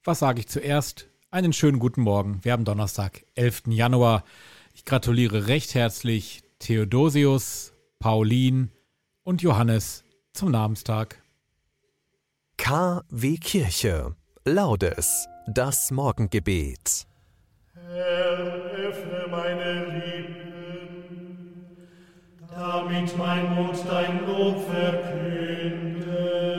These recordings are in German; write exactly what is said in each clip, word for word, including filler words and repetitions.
Was sage ich zuerst? Einen schönen guten Morgen. Wir haben Donnerstag, elften Januar. Ich gratuliere recht herzlich Theodosius, Pauline und Johannes zum Namenstag. K W Kirche. Laudes, das Morgengebet. Herr, öffne meine Lippen, damit mein Mund dein Lob verkünde.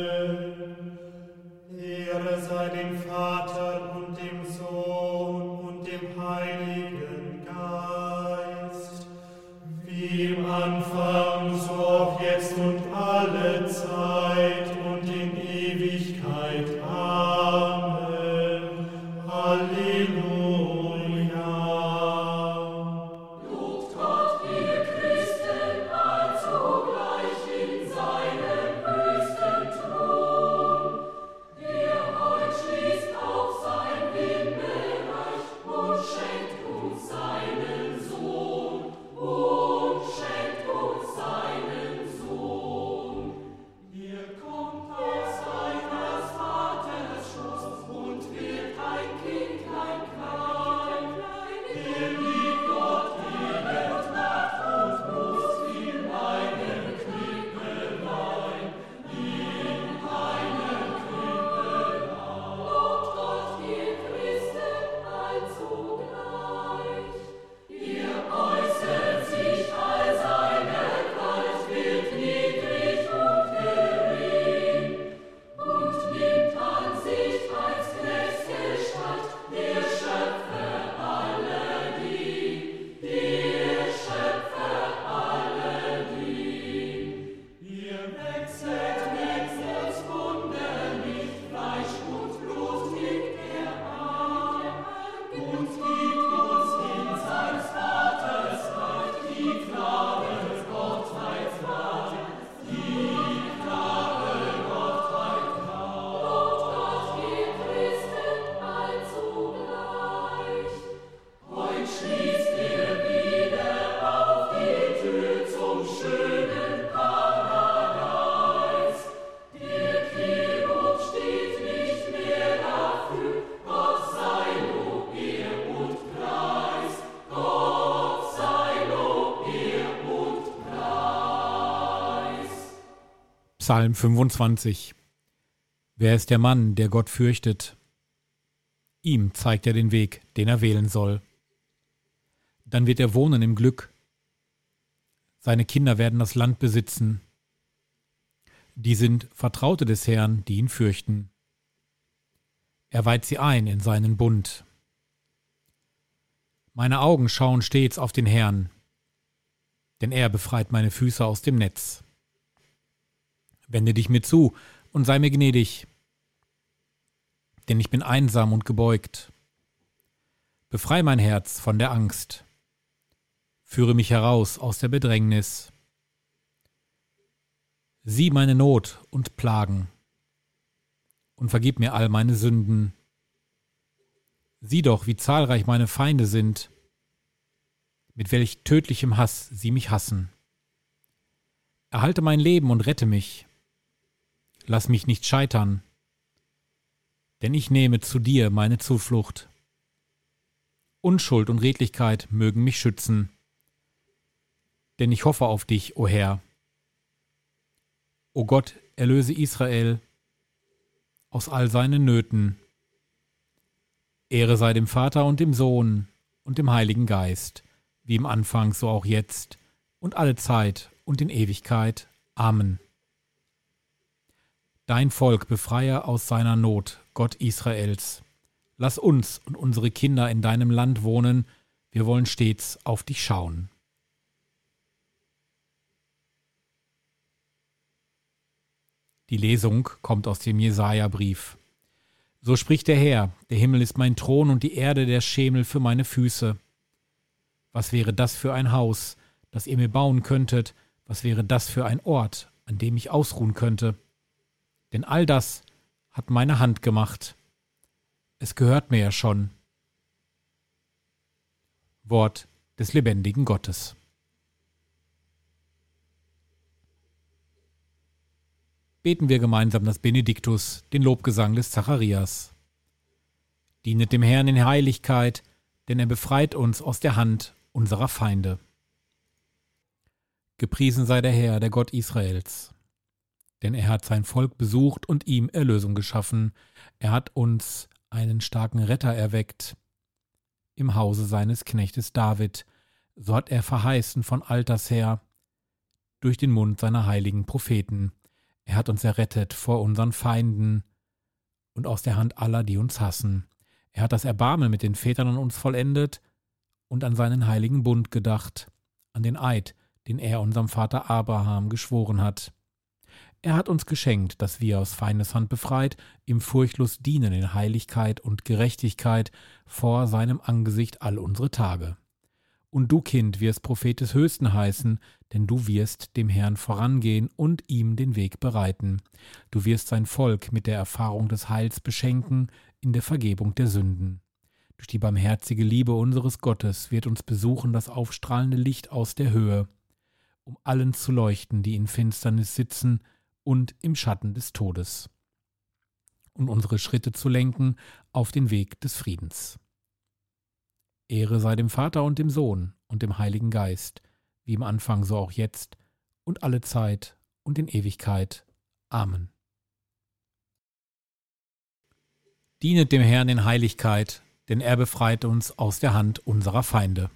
Ehre sei dem Vater und dem Sohn und dem Heiligen Geist, wie im Anfang, so auch jetzt und alle Zeit und in Ewigkeit. Amen. Halleluja. Psalm fünfundzwanzig. Wer ist der Mann, der Gott fürchtet? Ihm zeigt er den Weg, den er wählen soll. Dann wird er wohnen im Glück. Seine Kinder werden das Land besitzen. Die sind Vertraute des Herrn, die ihn fürchten. Er weiht sie ein in seinen Bund. Meine Augen schauen stets auf den Herrn, denn er befreit meine Füße aus dem Netz. Wende dich mir zu und sei mir gnädig, denn ich bin einsam und gebeugt. Befrei mein Herz von der Angst. Führe mich heraus aus der Bedrängnis. Sieh meine Not und Plagen und vergib mir all meine Sünden. Sieh doch, wie zahlreich meine Feinde sind, mit welch tödlichem Hass sie mich hassen. Erhalte mein Leben und rette mich. Lass mich nicht scheitern, denn ich nehme zu dir meine Zuflucht. Unschuld und Redlichkeit mögen mich schützen, denn ich hoffe auf dich, o Herr. O Gott, erlöse Israel aus all seinen Nöten. Ehre sei dem Vater und dem Sohn und dem Heiligen Geist, wie im Anfang, so auch jetzt und alle Zeit und in Ewigkeit. Amen. Dein Volk befreie aus seiner Not, Gott Israels. Lass uns und unsere Kinder in deinem Land wohnen, wir wollen stets auf dich schauen. Die Lesung kommt aus dem Jesaja-Brief. So spricht der Herr, der Himmel ist mein Thron und die Erde der Schemel für meine Füße. Was wäre das für ein Haus, das ihr mir bauen könntet? Was wäre das für ein Ort, an dem ich ausruhen könnte? Denn all das hat meine Hand gemacht. Es gehört mir ja schon. Wort des lebendigen Gottes. Beten wir gemeinsam das Benediktus, den Lobgesang des Zacharias. Dienet dem Herrn in Heiligkeit, denn er befreit uns aus der Hand unserer Feinde. Gepriesen sei der Herr, der Gott Israels. Denn er hat sein Volk besucht und ihm Erlösung geschaffen. Er hat uns einen starken Retter erweckt im Hause seines Knechtes David. So hat er verheißen von alters her durch den Mund seiner heiligen Propheten. Er hat uns errettet vor unseren Feinden und aus der Hand aller, die uns hassen. Er hat das Erbarmen mit den Vätern an uns vollendet und an seinen heiligen Bund gedacht, an den Eid, den er unserem Vater Abraham geschworen hat. Er hat uns geschenkt, dass wir aus Feindeshand befreit, ihm furchtlos dienen in Heiligkeit und Gerechtigkeit vor seinem Angesicht all unsere Tage. Und du, Kind, wirst Prophet des Höchsten heißen, denn du wirst dem Herrn vorangehen und ihm den Weg bereiten. Du wirst sein Volk mit der Erfahrung des Heils beschenken in der Vergebung der Sünden. Durch die barmherzige Liebe unseres Gottes wird uns besuchen das aufstrahlende Licht aus der Höhe, um allen zu leuchten, die in Finsternis sitzen und im Schatten des Todes, und unsere Schritte zu lenken auf den Weg des Friedens. Ehre sei dem Vater und dem Sohn und dem Heiligen Geist, wie im Anfang so auch jetzt und alle Zeit und in Ewigkeit. Amen. Dienet dem Herrn in Heiligkeit, denn er befreit uns aus der Hand unserer Feinde.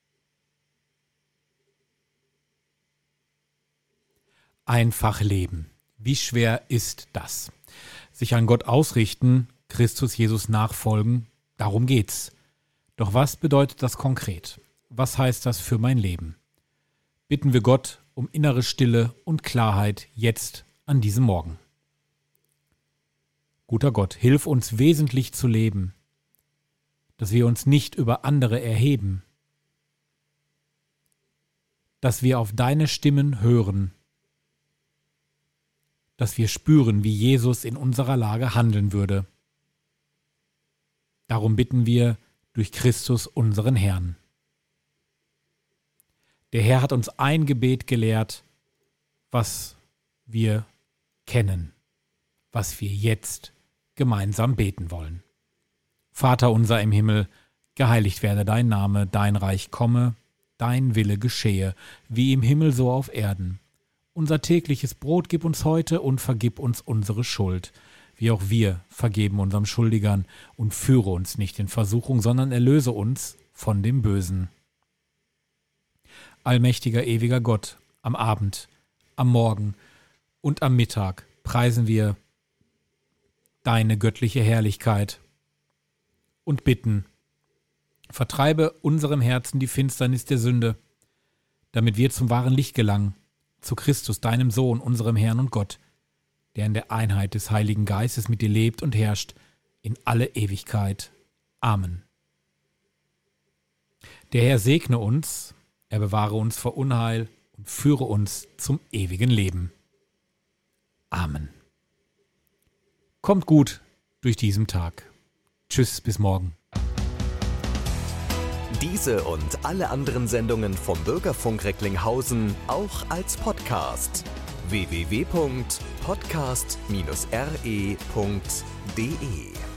Einfach leben. Wie schwer ist das? Sich an Gott ausrichten, Christus Jesus nachfolgen, darum geht's. Doch was bedeutet das konkret? Was heißt das für mein Leben? Bitten wir Gott um innere Stille und Klarheit jetzt an diesem Morgen. Guter Gott, hilf uns wesentlich zu leben, dass wir uns nicht über andere erheben, dass wir auf deine Stimmen hören, dass wir spüren, wie Jesus in unserer Lage handeln würde. Darum bitten wir durch Christus unseren Herrn. Der Herr hat uns ein Gebet gelehrt, was wir kennen, was wir jetzt gemeinsam beten wollen. Vater unser im Himmel, geheiligt werde dein Name, dein Reich komme, dein Wille geschehe, wie im Himmel so auf Erden. Unser tägliches Brot gib uns heute und vergib uns unsere Schuld, wie auch wir vergeben unseren Schuldigern, und führe uns nicht in Versuchung, sondern erlöse uns von dem Bösen. Allmächtiger, ewiger Gott, am Abend, am Morgen und am Mittag preisen wir deine göttliche Herrlichkeit und bitten, vertreibe unserem Herzen die Finsternis der Sünde, damit wir zum wahren Licht gelangen, zu Christus, deinem Sohn, unserem Herrn und Gott, der in der Einheit des Heiligen Geistes mit dir lebt und herrscht in alle Ewigkeit. Amen. Der Herr segne uns, er bewahre uns vor Unheil und führe uns zum ewigen Leben. Amen. Kommt gut durch diesen Tag. Tschüss, bis morgen. Diese und alle anderen Sendungen vom Bürgerfunk Recklinghausen auch als Podcast. w w w punkt podcast dash r e punkt d e